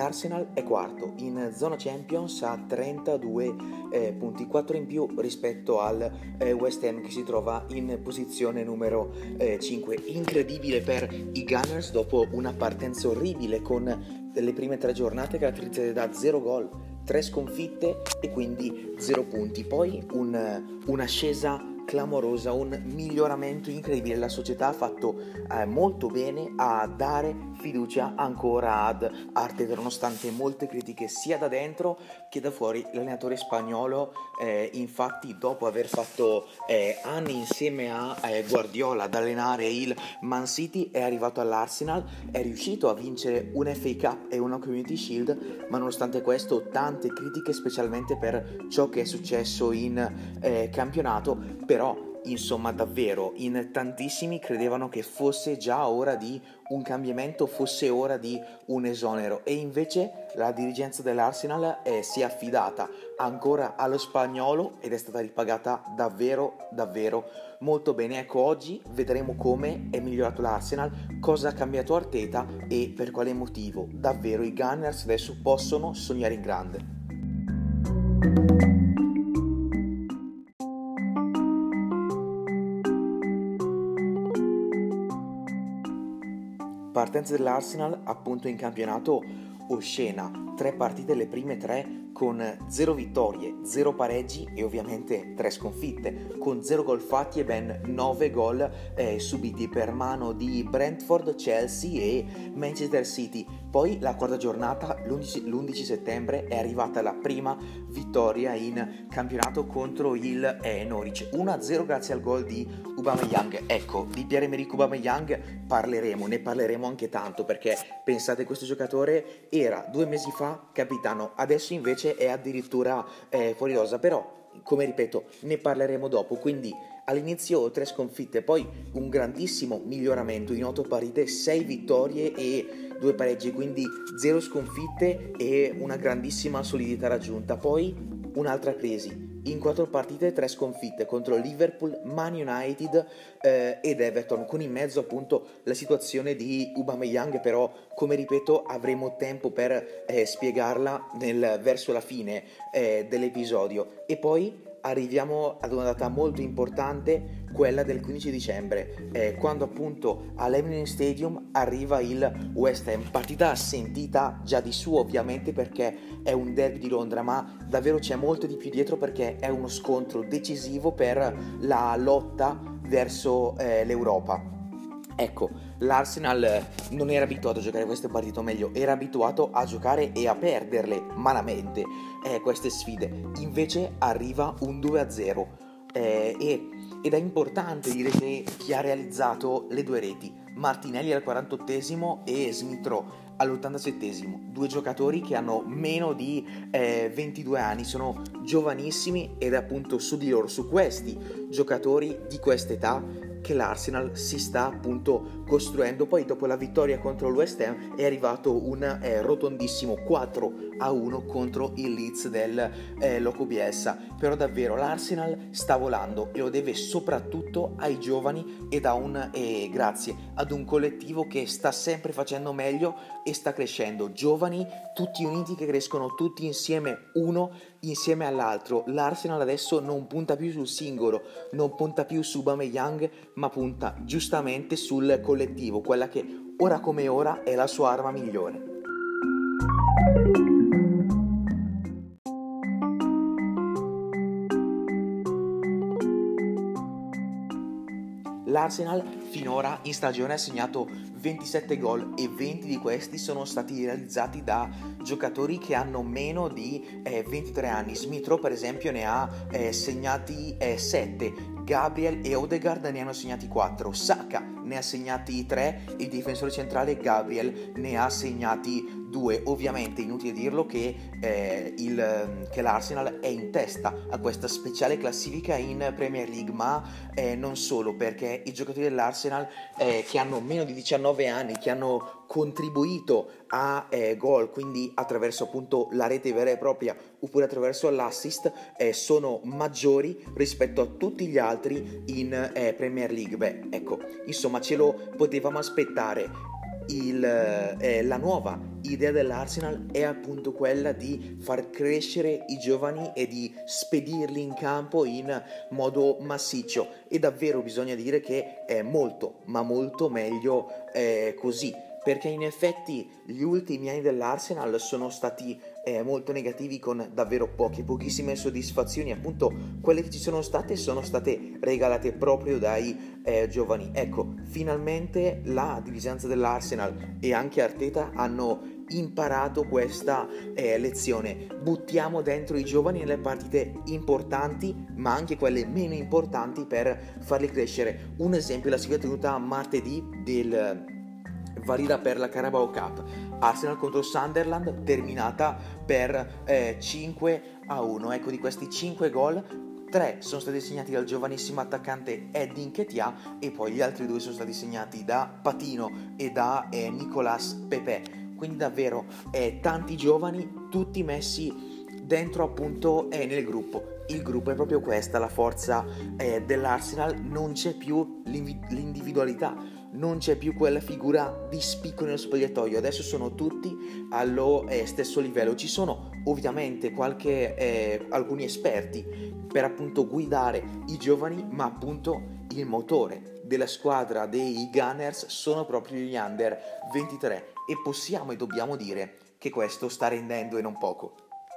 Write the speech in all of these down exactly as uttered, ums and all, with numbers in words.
l'Arsenal è quarto, in zona Champions ha trentadue eh, punti, quattro in più rispetto al eh, West Ham che si trova in posizione numero eh, cinque. Incredibile per i Gunners dopo una partenza orribile con le prime tre giornate caratterizzate da zero gol, tre sconfitte e quindi zero punti. Poi un, un'ascesa clamorosa, un miglioramento incredibile. La società ha fatto eh, molto bene a dare fiducia ancora ad Arteta, nonostante molte critiche sia da dentro che da fuori. L'allenatore spagnolo eh, infatti dopo aver fatto eh, anni insieme a eh, Guardiola ad allenare il Man City è arrivato all'Arsenal, è riuscito a vincere un F A Cup e una Community Shield, ma nonostante questo tante critiche, specialmente per ciò che è successo in eh, campionato. Però insomma davvero in tantissimi credevano che fosse già ora di un cambiamento, fosse ora di un esonero, e invece la dirigenza dell'Arsenal eh, si è affidata ancora allo spagnolo ed è stata ripagata davvero davvero molto bene. Ecco, oggi vedremo come è migliorato l'Arsenal, cosa ha cambiato Arteta e per quale motivo davvero i Gunners adesso possono sognare in grande. Partenza dell'Arsenal appunto in campionato oscena, tre partite, le prime tre con zero vittorie, zero pareggi e ovviamente tre sconfitte, con zero gol fatti e ben nove gol eh, subiti per mano di Brentford, Chelsea e Manchester City. Poi la quarta giornata, l'undici settembre, è arrivata la prima vittoria in campionato contro il eh, Norwich, uno a zero grazie al gol di Aubameyang. Ecco, di Pierre-Emerick Aubameyang parleremo, ne parleremo anche tanto, perché pensate, questo giocatore era due mesi fa capitano, adesso invece è addirittura eh, fuori rosa. Però, come ripeto, ne parleremo dopo. Quindi all'inizio tre sconfitte, poi un grandissimo miglioramento in otto partite, sei vittorie e due pareggi, quindi zero sconfitte e una grandissima solidità raggiunta. Poi un'altra crisi, in quattro partite tre sconfitte contro Liverpool, Man United eh, ed Everton, con in mezzo appunto la situazione di Aubameyang. Però, come ripeto, avremo tempo per eh, spiegarla nel, verso la fine eh, dell'episodio. E poi arriviamo ad una data molto importante, quella del quindici dicembre, eh, quando appunto all'Emirates Stadium arriva il West Ham, partita sentita già di suo ovviamente perché è un derby di Londra, ma davvero c'è molto di più dietro, perché è uno scontro decisivo per la lotta verso eh, l'Europa. Ecco, l'Arsenal non era abituato a giocare queste partite, o meglio, era abituato a giocare e a perderle malamente eh, queste sfide. Invece arriva un due a zero eh, e, ed è importante dire che chi ha realizzato le due reti, Martinelli al quarantottesimo e Smith Rowe all'ottantasettesimo, due giocatori che hanno meno di eh, ventidue anni, sono giovanissimi, ed è appunto su di loro, su questi giocatori di quest'età, che l'Arsenal si sta appunto costruendo. Poi dopo la vittoria contro il West Ham è arrivato un eh, rotondissimo quattro a uno contro il Leeds del eh, Loco Bielsa. Però davvero l'Arsenal sta volando e lo deve soprattutto ai giovani ed a un eh, grazie ad un collettivo che sta sempre facendo meglio e sta crescendo, giovani tutti uniti che crescono tutti insieme, uno insieme all'altro. L'Arsenal adesso non punta più sul singolo, non punta più su Aubameyang, ma punta giustamente sul collettivo, quella che ora come ora è la sua arma migliore. L'Arsenal finora in stagione ha segnato ventisette gol e venti di questi sono stati realizzati da giocatori che hanno meno di eh, ventitré anni. Smith Rowe per esempio ne ha eh, segnati eh, sette, Gabriel e Odegaard ne hanno segnati quattro, Saka ne ha segnati tre, il difensore centrale Gabriel ne ha segnati due. Ovviamente inutile dirlo che, eh, il, che l'Arsenal è in testa a questa speciale classifica in Premier League, ma eh, non solo, perché i giocatori dell'Arsenal eh, che hanno meno di diciannove anni, che hanno contribuito a eh, gol, quindi attraverso appunto la rete vera e propria oppure attraverso l'assist, eh, sono maggiori rispetto a tutti gli altri in eh, Premier League. Beh, ecco, insomma, ce lo potevamo aspettare. Il, eh, la nuova l'idea dell'Arsenal è appunto quella di far crescere i giovani e di spedirli in campo in modo massiccio, e davvero bisogna dire che è molto ma molto meglio eh, così, perché in effetti gli ultimi anni dell'Arsenal sono stati eh, molto negativi, con davvero poche, pochissime soddisfazioni. Appunto, quelle che ci sono state sono state regalate proprio dai eh, giovani. Ecco, finalmente la dirigenza dell'Arsenal e anche Arteta hanno imparato questa eh, lezione. Buttiamo dentro i giovani nelle partite importanti, ma anche quelle meno importanti, per farli crescere. Un esempio è la sfida tenuta martedì del valida per la Carabao Cup, Arsenal contro Sunderland, terminata per eh, cinque a uno. Ecco, di questi cinque gol, tre sono stati segnati dal giovanissimo attaccante Eddie Nketiah, e poi gli altri due sono stati segnati da Patino e da eh, Nicolas Pepe. Quindi davvero eh, tanti giovani, tutti messi dentro appunto eh, nel gruppo. Il gruppo è proprio questa la forza eh, dell'Arsenal. Non c'è più l'individualità, non c'è più quella figura di spicco nello spogliatoio, adesso sono tutti allo eh, stesso livello. Ci sono ovviamente qualche eh, alcuni esperti per appunto guidare i giovani, ma appunto il motore della squadra dei Gunners sono proprio gli under ventitré, e possiamo e dobbiamo dire che questo sta rendendo e non poco.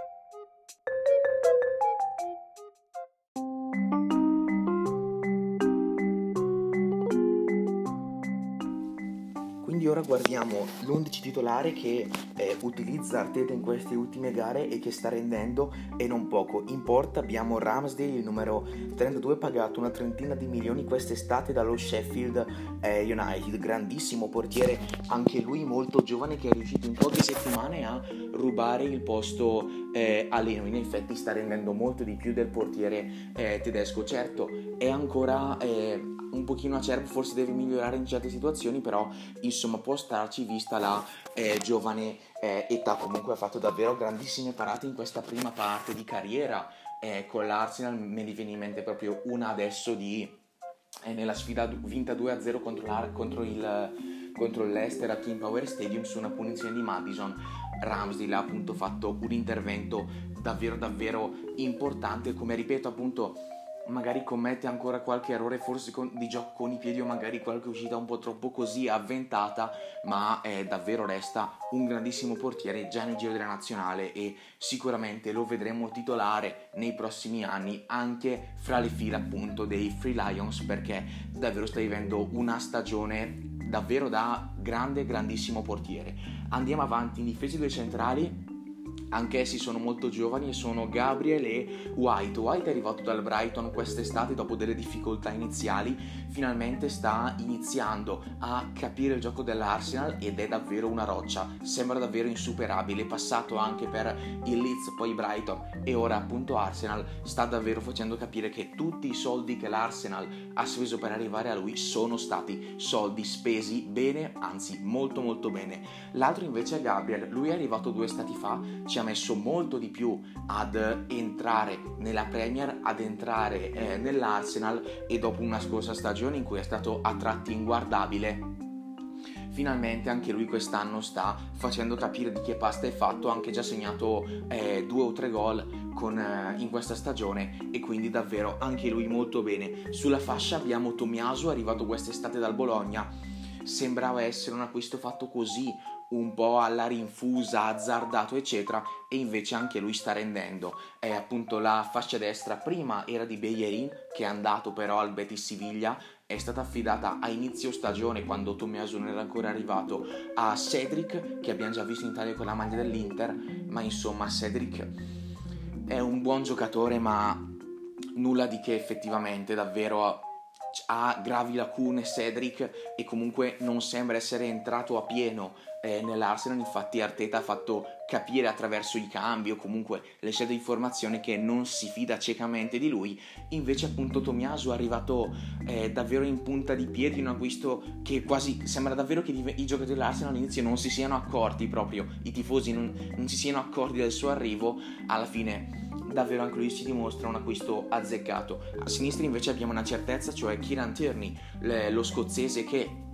Quindi ora guardiamo l'undici titolare che eh, utilizza Arteta in queste ultime gare e che sta rendendo e non poco. In porta abbiamo Ramsdale, il numero trentadue, pagato una trentina di milioni quest'estate dallo Sheffield eh, United, grandissimo portiere, anche lui molto giovane, che è riuscito in poche settimane a rubare il posto eh, a Leno. In effetti sta rendendo molto di più del portiere eh, tedesco. Certo, è ancora eh, un pochino acerbo, forse deve migliorare in certe situazioni, però insomma può starci vista la eh, giovane eh, età. Comunque ha fatto davvero grandissime parate in questa prima parte di carriera eh, con l'Arsenal. Me ne viene in mente proprio una adesso di eh, nella sfida vinta due a zero contro, contro il contro il Leicester a King Power Stadium, su una punizione di Maddison. Ramsdale ha appunto fatto un intervento davvero davvero importante. Come ripeto, appunto, magari commette ancora qualche errore forse con, di gioco con i piedi, o magari qualche uscita un po' troppo così avventata, ma eh, davvero resta un grandissimo portiere già nel giro della nazionale, e sicuramente lo vedremo titolare nei prossimi anni anche fra le fila appunto dei Free Lions, perché davvero sta vivendo una stagione davvero da grande grandissimo portiere. Andiamo avanti in difesa, due centrali, anch'essi sono molto giovani, e sono Gabriel e White. White è arrivato dal Brighton quest'estate dopo delle difficoltà iniziali, finalmente sta iniziando a capire il gioco dell'Arsenal ed è davvero una roccia, sembra davvero insuperabile. Passato anche per il Leeds, poi Brighton e ora appunto Arsenal, sta davvero facendo capire che tutti i soldi che l'Arsenal ha speso per arrivare a lui sono stati soldi spesi bene, anzi molto molto bene. L'altro invece è Gabriel, lui è arrivato due estati fa, ci ha messo molto di più ad entrare nella Premier, ad entrare eh, nell'Arsenal, e dopo una scorsa stagione in cui è stato a tratti inguardabile, finalmente anche lui quest'anno sta facendo capire di che pasta è fatto. Ha anche già segnato eh, due o tre gol con, eh, in questa stagione, e quindi davvero anche lui molto bene. Sulla fascia abbiamo Tomiasu, arrivato quest'estate dal Bologna. Sembrava essere un acquisto fatto così un po' alla rinfusa, azzardato eccetera, e invece anche lui sta rendendo. È appunto la fascia destra, prima era di Bellerin, che è andato però al Betis Siviglia, è stata affidata a inizio stagione, quando Tomiasu non era ancora arrivato, a Cedric, che abbiamo già visto in Italia con la maglia dell'Inter. Ma insomma Cedric è un buon giocatore, ma nulla di che effettivamente, davvero ha gravi lacune Cedric, e comunque non sembra essere entrato a pieno eh, nell'Arsenal. Infatti Arteta ha fatto capire attraverso i cambi o comunque le scelte di formazione che non si fida ciecamente di lui. Invece appunto Tomiasu è arrivato eh, davvero in punta di piedi, un acquisto che quasi sembra davvero che i giocatori dell'Arsenal all'inizio non si siano accorti, proprio i tifosi non, non si siano accorti del suo arrivo. Alla fine davvero anche lui si dimostra un acquisto azzeccato. A sinistra invece abbiamo una certezza, cioè Kieran Tierney, lo scozzese, che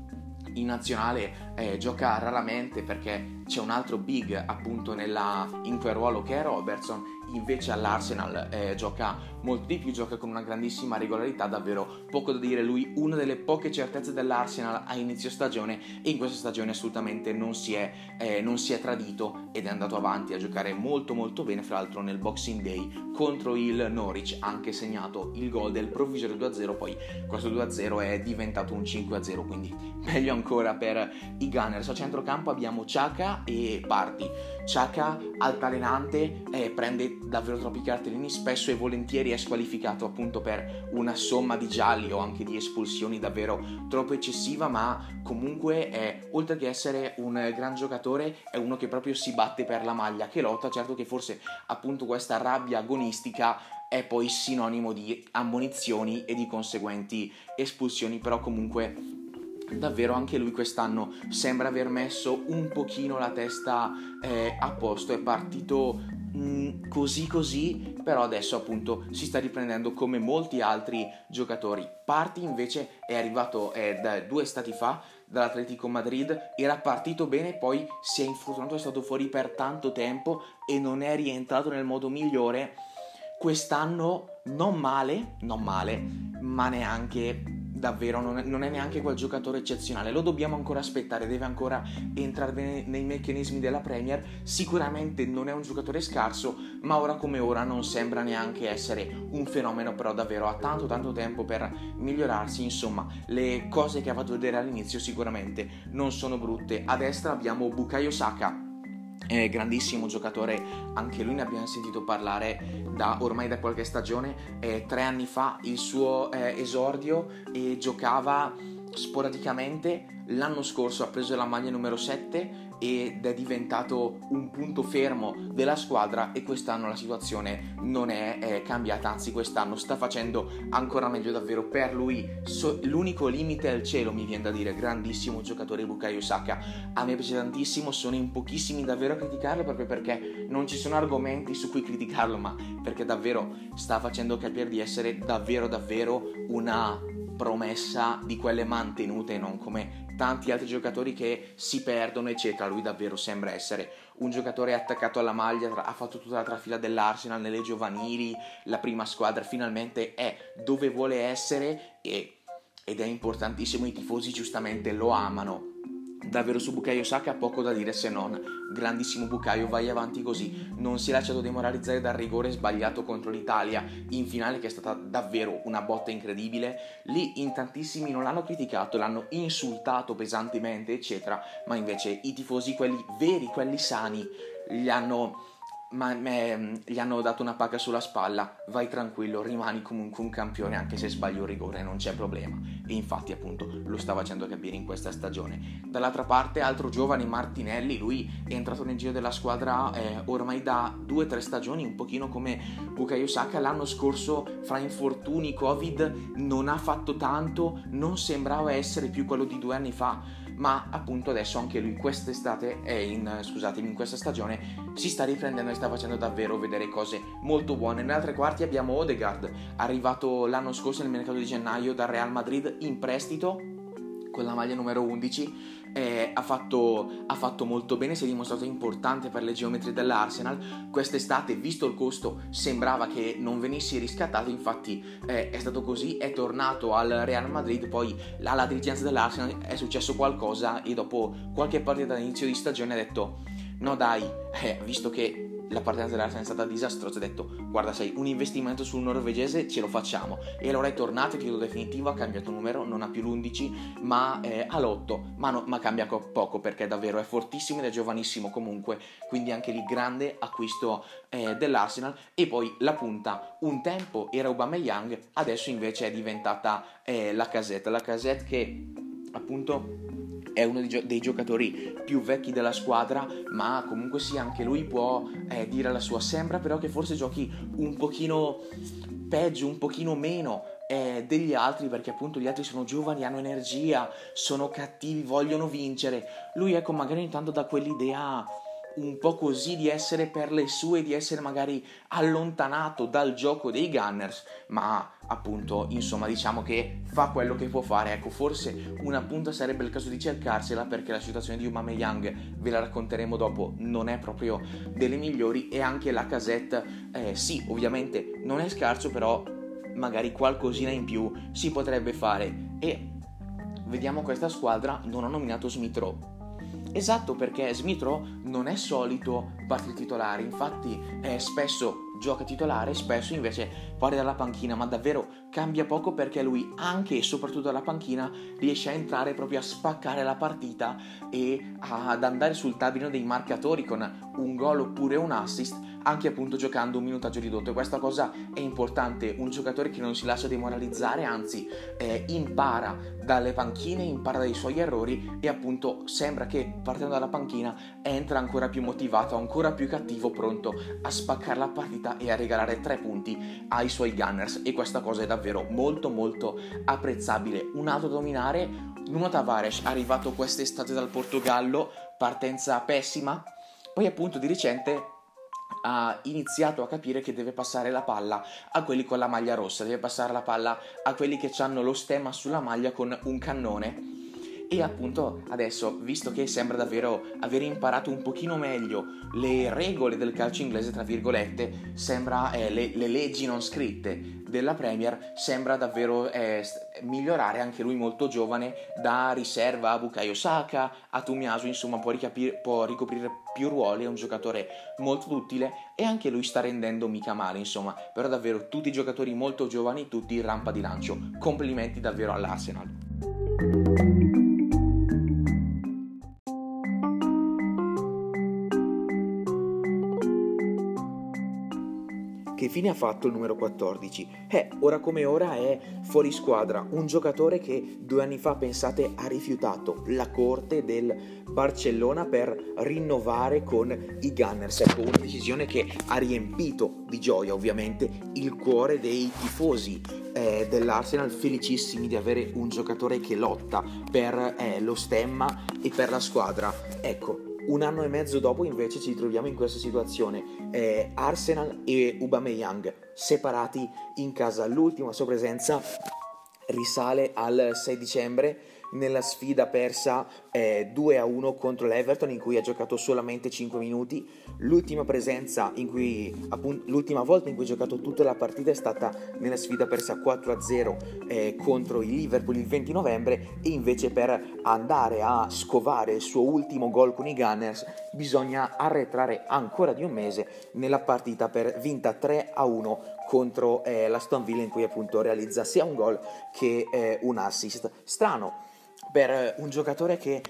in nazionale eh, gioca raramente perché c'è un altro big appunto nella, in quel ruolo che è Robertson. Invece all'Arsenal eh, gioca molto di più, gioca con una grandissima regolarità, davvero poco da dire. Lui una delle poche certezze dell'Arsenal a inizio stagione, e in questa stagione assolutamente non si è, eh, non si è tradito ed è andato avanti a giocare molto molto bene. Fra l'altro nel Boxing Day contro il Norwich ha anche segnato il gol del provvisorio due a zero, poi questo due a zero è diventato un cinque a zero, quindi meglio ancora per i Gunners. A centrocampo abbiamo Xhaka e Partey. Xhaka altalenante, eh, prende davvero troppi cartellini, spesso e volentieri è squalificato appunto per una somma di gialli o anche di espulsioni davvero troppo eccessiva, ma comunque è, oltre che essere un gran giocatore, è uno che proprio si batte per la maglia, che lotta. Certo che forse appunto questa rabbia agonistica è poi sinonimo di ammonizioni e di conseguenti espulsioni, però comunque davvero anche lui quest'anno sembra aver messo un pochino la testa eh, a posto. È partito mh, così così, però adesso appunto si sta riprendendo come molti altri giocatori. Partey invece è arrivato eh, da due stati fa dall'Atletico Madrid, era partito bene, poi si è infortunato, è stato fuori per tanto tempo e non è rientrato nel modo migliore. Quest'anno non male, non male, ma neanche davvero, non è, non è neanche quel giocatore eccezionale. Lo dobbiamo ancora aspettare, deve ancora entrare bene nei meccanismi della Premier. Sicuramente non è un giocatore scarso, ma ora come ora non sembra neanche essere un fenomeno, però davvero ha tanto tanto tempo per migliorarsi. Insomma, le cose che ha fatto vedere all'inizio sicuramente non sono brutte. A destra abbiamo Bukayo Saka, Eh, grandissimo giocatore, anche lui ne abbiamo sentito parlare da ormai da qualche stagione. Eh, tre anni fa il suo eh, esordio e giocava sporadicamente. L'anno scorso ha preso la maglia numero sette ed è diventato un punto fermo della squadra, e quest'anno la situazione non è, è cambiata, anzi quest'anno sta facendo ancora meglio. Davvero per lui so, l'unico limite è il cielo, mi viene da dire. Grandissimo giocatore Bukayo Saka, a me piace tantissimo, sono in pochissimi davvero a criticarlo, proprio perché non ci sono argomenti su cui criticarlo, ma perché davvero sta facendo capire di essere davvero davvero una promessa di quelle mantenute, non come tanti altri giocatori che si perdono eccetera. Lui davvero sembra essere un giocatore attaccato alla maglia, ha fatto tutta la trafila dell'Arsenal nelle giovanili, la prima squadra, finalmente è dove vuole essere e, ed è importantissimo. I tifosi giustamente lo amano. Davvero su Bukayo Saka poco da dire, se non grandissimo Bukayo, vai avanti così, non si è lasciato demoralizzare dal rigore sbagliato contro l'Italia in finale, che è stata davvero una botta incredibile. Lì in tantissimi non l'hanno criticato, l'hanno insultato pesantemente eccetera, ma invece i tifosi, quelli veri, quelli sani, gli hanno ma me, gli hanno dato una pacca sulla spalla: vai tranquillo, rimani comunque un campione anche se sbagli un rigore, non c'è problema. E infatti appunto lo sta facendo capire in questa stagione. Dall'altra parte altro giovane, Martinelli, lui è entrato nel giro della squadra eh, ormai da due o tre stagioni, un pochino come Bukayo Saka. L'anno scorso fra infortuni, Covid, non ha fatto tanto, non sembrava essere più quello di due anni fa, ma appunto adesso anche lui quest'estate è in, scusatemi, in questa stagione si sta riprendendo e sta facendo davvero vedere cose molto buone. Nelle altre quarti abbiamo Odegaard, arrivato l'anno scorso nel mercato di gennaio dal Real Madrid in prestito con la maglia numero undici. Eh, ha, fatto, ha fatto molto bene, si è dimostrato importante per le geometrie dell'Arsenal. Quest'estate, visto il costo, sembrava che non venisse riscattato, infatti eh, è stato così, è tornato al Real Madrid. Poi alla dirigenza dell'Arsenal è successo qualcosa e dopo qualche partita all'inizio di stagione ha detto no dai, eh, visto che la partenza dell'Arsenal è stata disastrosa, ha detto guarda, sai, un investimento sul norvegese ce lo facciamo. E allora è tornato, il titolo definitivo, ha cambiato numero, non ha più l'undici ma eh, ha l'otto, ma, no, ma cambia poco perché davvero è fortissimo ed è giovanissimo comunque, quindi anche lì grande acquisto eh, dell'Arsenal. E poi la punta, un tempo era Aubameyang, adesso invece è diventata eh, Lacazette, Lacazette che appunto è uno dei, gio- dei giocatori più vecchi della squadra, ma comunque sì, anche lui può eh, dire la sua. Sembra però che forse giochi un pochino peggio, un pochino meno eh, degli altri, perché appunto gli altri sono giovani, hanno energia, sono cattivi, vogliono vincere. Lui ecco magari intanto dà quell'idea un po' così di essere per le sue, di essere magari allontanato dal gioco dei Gunners, ma appunto, insomma, diciamo che fa quello che può fare. Ecco, forse una punta sarebbe il caso di cercarsela, perché la situazione di Aubameyang, ve la racconteremo dopo, non è proprio delle migliori, e anche la Lacazette, eh, sì, ovviamente non è scarso, però magari qualcosina in più si potrebbe fare. E vediamo questa squadra non ha nominato Smith Rowe. Esatto, perché Smith Rowe non è solito partire titolare, infatti eh, spesso gioca titolare, spesso invece parte dalla panchina, ma davvero cambia poco, perché lui anche e soprattutto dalla panchina riesce a entrare proprio a spaccare la partita e ad andare sul tavolino dei marcatori con un gol oppure un assist, anche appunto giocando un minutaggio ridotto. E questa cosa è importante, un giocatore che non si lascia demoralizzare, anzi eh, impara dalle panchine, impara dai suoi errori, e appunto sembra che partendo dalla panchina entra ancora più motivato, ancora più cattivo, pronto a spaccare la partita e a regalare tre punti ai suoi Gunners, e questa cosa è davvero molto molto apprezzabile. Un altro da dominare, Nuno Tavares, arrivato quest'estate dal Portogallo, partenza pessima, poi appunto di recente ha iniziato a capire che deve passare la palla a quelli con la maglia rossa, deve passare la palla a quelli che hanno lo stemma sulla maglia con un cannone. E appunto adesso, visto che sembra davvero aver imparato un pochino meglio le regole del calcio inglese, tra virgolette, sembra eh, le, le leggi non scritte della Premier, sembra davvero eh, migliorare. Anche lui molto giovane, da riserva a Bukayo Saka, a Tomiyasu, insomma può, ricapire, può ricoprire più ruoli, è un giocatore molto utile, e anche lui sta rendendo mica male, insomma. Però davvero tutti i giocatori molto giovani, tutti in rampa di lancio. Complimenti davvero all'Arsenal. Che fine ha fatto il numero quattordici? Eh, ora come ora è fuori squadra, un giocatore che due anni fa, pensate, ha rifiutato la corte del Barcellona per rinnovare con i Gunners. Ecco, una decisione che ha riempito di gioia ovviamente il cuore dei tifosi eh, dell'Arsenal, felicissimi di avere un giocatore che lotta per eh, lo stemma e per la squadra. Ecco, un anno e mezzo dopo invece ci troviamo in questa situazione, eh, Arsenal e Aubameyang separati in casa. L'ultima sua presenza risale al sei dicembre, nella sfida persa eh, due a uno contro l'Everton, in cui ha giocato solamente cinque minuti. L'ultima presenza in cui appunto, l'ultima volta in cui ha giocato tutta la partita è stata nella sfida persa quattro a zero eh, contro il Liverpool il venti novembre, e invece per andare a scovare il suo ultimo gol con i Gunners bisogna arretrare ancora di un mese nella partita per vinta tre a uno contro eh, l'Aston Villa, in cui appunto realizza sia un gol che eh, un assist. Strano per un giocatore che,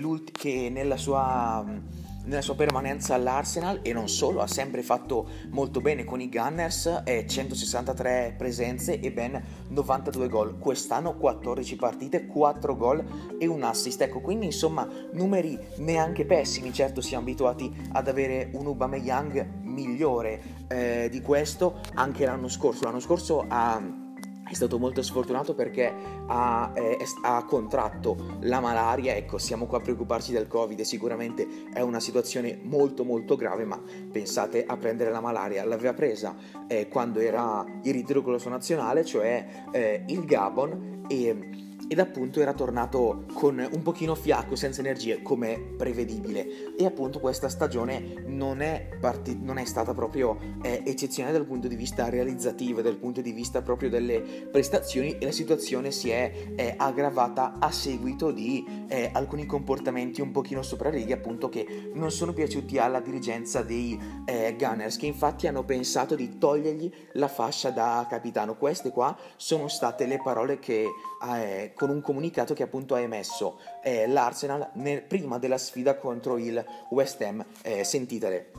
che nella sua nella sua permanenza all'Arsenal, e non solo, ha sempre fatto molto bene con i Gunners, eh, centosessantatré presenze e ben novantadue gol. Quest'anno quattordici partite, quattro gol e un assist. Ecco, quindi insomma numeri neanche pessimi. Certo, siamo abituati ad avere un Aubameyang migliore eh, di questo anche l'anno scorso. L'anno scorso ha è stato molto sfortunato perché ha, eh, ha contratto la malaria. Ecco, siamo qua a preoccuparci del Covid, e sicuramente è una situazione molto molto grave, ma pensate a prendere la malaria. L'aveva presa eh, quando era in ritiro con la sua nazionale, cioè eh, il Gabon, e ed appunto era tornato con un pochino fiacco, senza energie, come prevedibile. E appunto questa stagione non è, parti- non è stata proprio eh, eccezionale dal punto di vista realizzativo, dal punto di vista proprio delle prestazioni, e la situazione si è eh, aggravata a seguito di eh, alcuni comportamenti un pochino sopra righe, appunto, che non sono piaciuti alla dirigenza dei eh, Gunners, che infatti hanno pensato di togliergli la fascia da capitano. Queste qua sono state le parole che eh, con un comunicato che appunto ha emesso eh, l'Arsenal nel, prima della sfida contro il West Ham. Eh, sentitele.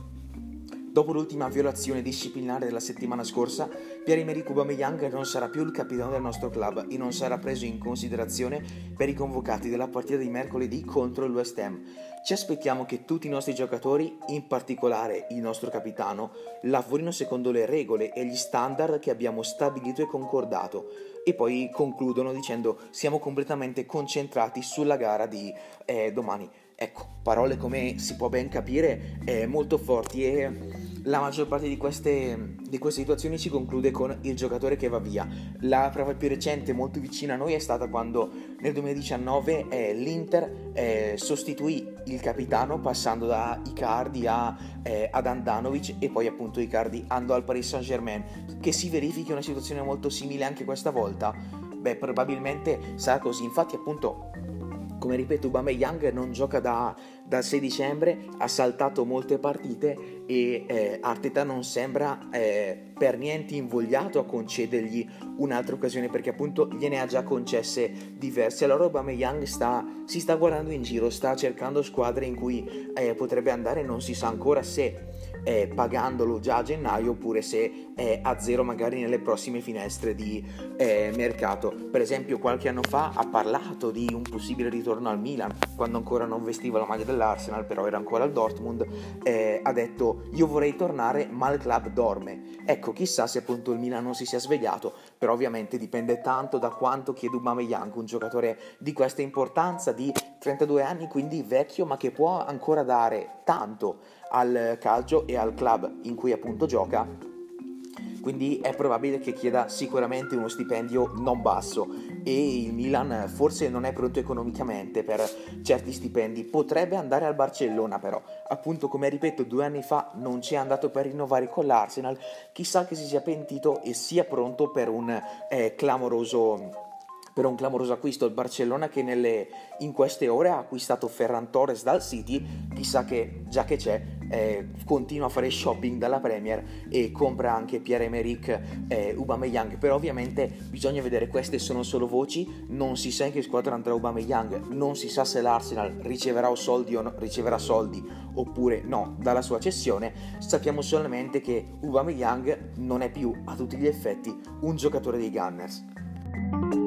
Dopo l'ultima violazione disciplinare della settimana scorsa, Pierre-Emerick Aubameyang non sarà più il capitano del nostro club e non sarà preso in considerazione per i convocati della partita di mercoledì contro il West Ham. Ci aspettiamo che tutti i nostri giocatori, in particolare il nostro capitano, lavorino secondo le regole e gli standard che abbiamo stabilito e concordato. E poi concludono dicendo: siamo completamente concentrati sulla gara di eh, domani. Ecco, parole come si può ben capire eh, molto forti, e la maggior parte di queste, di queste situazioni si conclude con il giocatore che va via. La prova più recente, molto vicina a noi, è stata quando nel duemiladiciannove eh, l'Inter eh, sostituì il capitano passando da Icardi a, eh, ad Andanovic, e poi appunto Icardi andò al Paris Saint-Germain. Che si verifichi una situazione molto simile anche questa volta? Beh, probabilmente sarà così. Infatti appunto, come ripeto, Aubameyang non gioca da, dal sei dicembre, ha saltato molte partite, e eh, Arteta non sembra eh, per niente invogliato a concedergli un'altra occasione, perché appunto gliene ha già concesse diverse. Allora Aubameyang sta, si sta guardando in giro, sta cercando squadre in cui eh, potrebbe andare, non si sa ancora se eh, pagandolo già a gennaio oppure se è a zero magari nelle prossime finestre di eh, mercato. Per esempio qualche anno fa ha parlato di un possibile ritorno al Milan, quando ancora non vestiva la maglia dell'Arsenal, però era ancora al Dortmund. Eh, ha detto: io vorrei tornare ma il club dorme. Ecco, chissà se appunto il Milan non si sia svegliato, però ovviamente dipende tanto da quanto chiede Aubameyang, un giocatore di questa importanza, di trentadue anni, quindi vecchio, ma che può ancora dare tanto al calcio e al club in cui appunto gioca. Quindi è probabile che chieda sicuramente uno stipendio non basso, e il Milan forse non è pronto economicamente per certi stipendi. Potrebbe andare al Barcellona, però appunto, come ripeto, due anni fa non ci è andato per rinnovare con l'Arsenal. Chissà che si sia pentito e sia pronto per un eh, clamoroso per un clamoroso acquisto. Il Barcellona, che nelle, in queste ore ha acquistato Ferran Torres dal City, chissà che già che c'è eh, continua a fare shopping dalla Premier e compra anche Pierre-Emerick eh, Aubameyang. Però ovviamente bisogna vedere, queste sono solo voci, non si sa in che squadra andrà Aubameyang, non si sa se l'Arsenal riceverà soldi o no, riceverà soldi oppure no dalla sua cessione. Sappiamo solamente che Aubameyang non è più a tutti gli effetti un giocatore dei Gunners.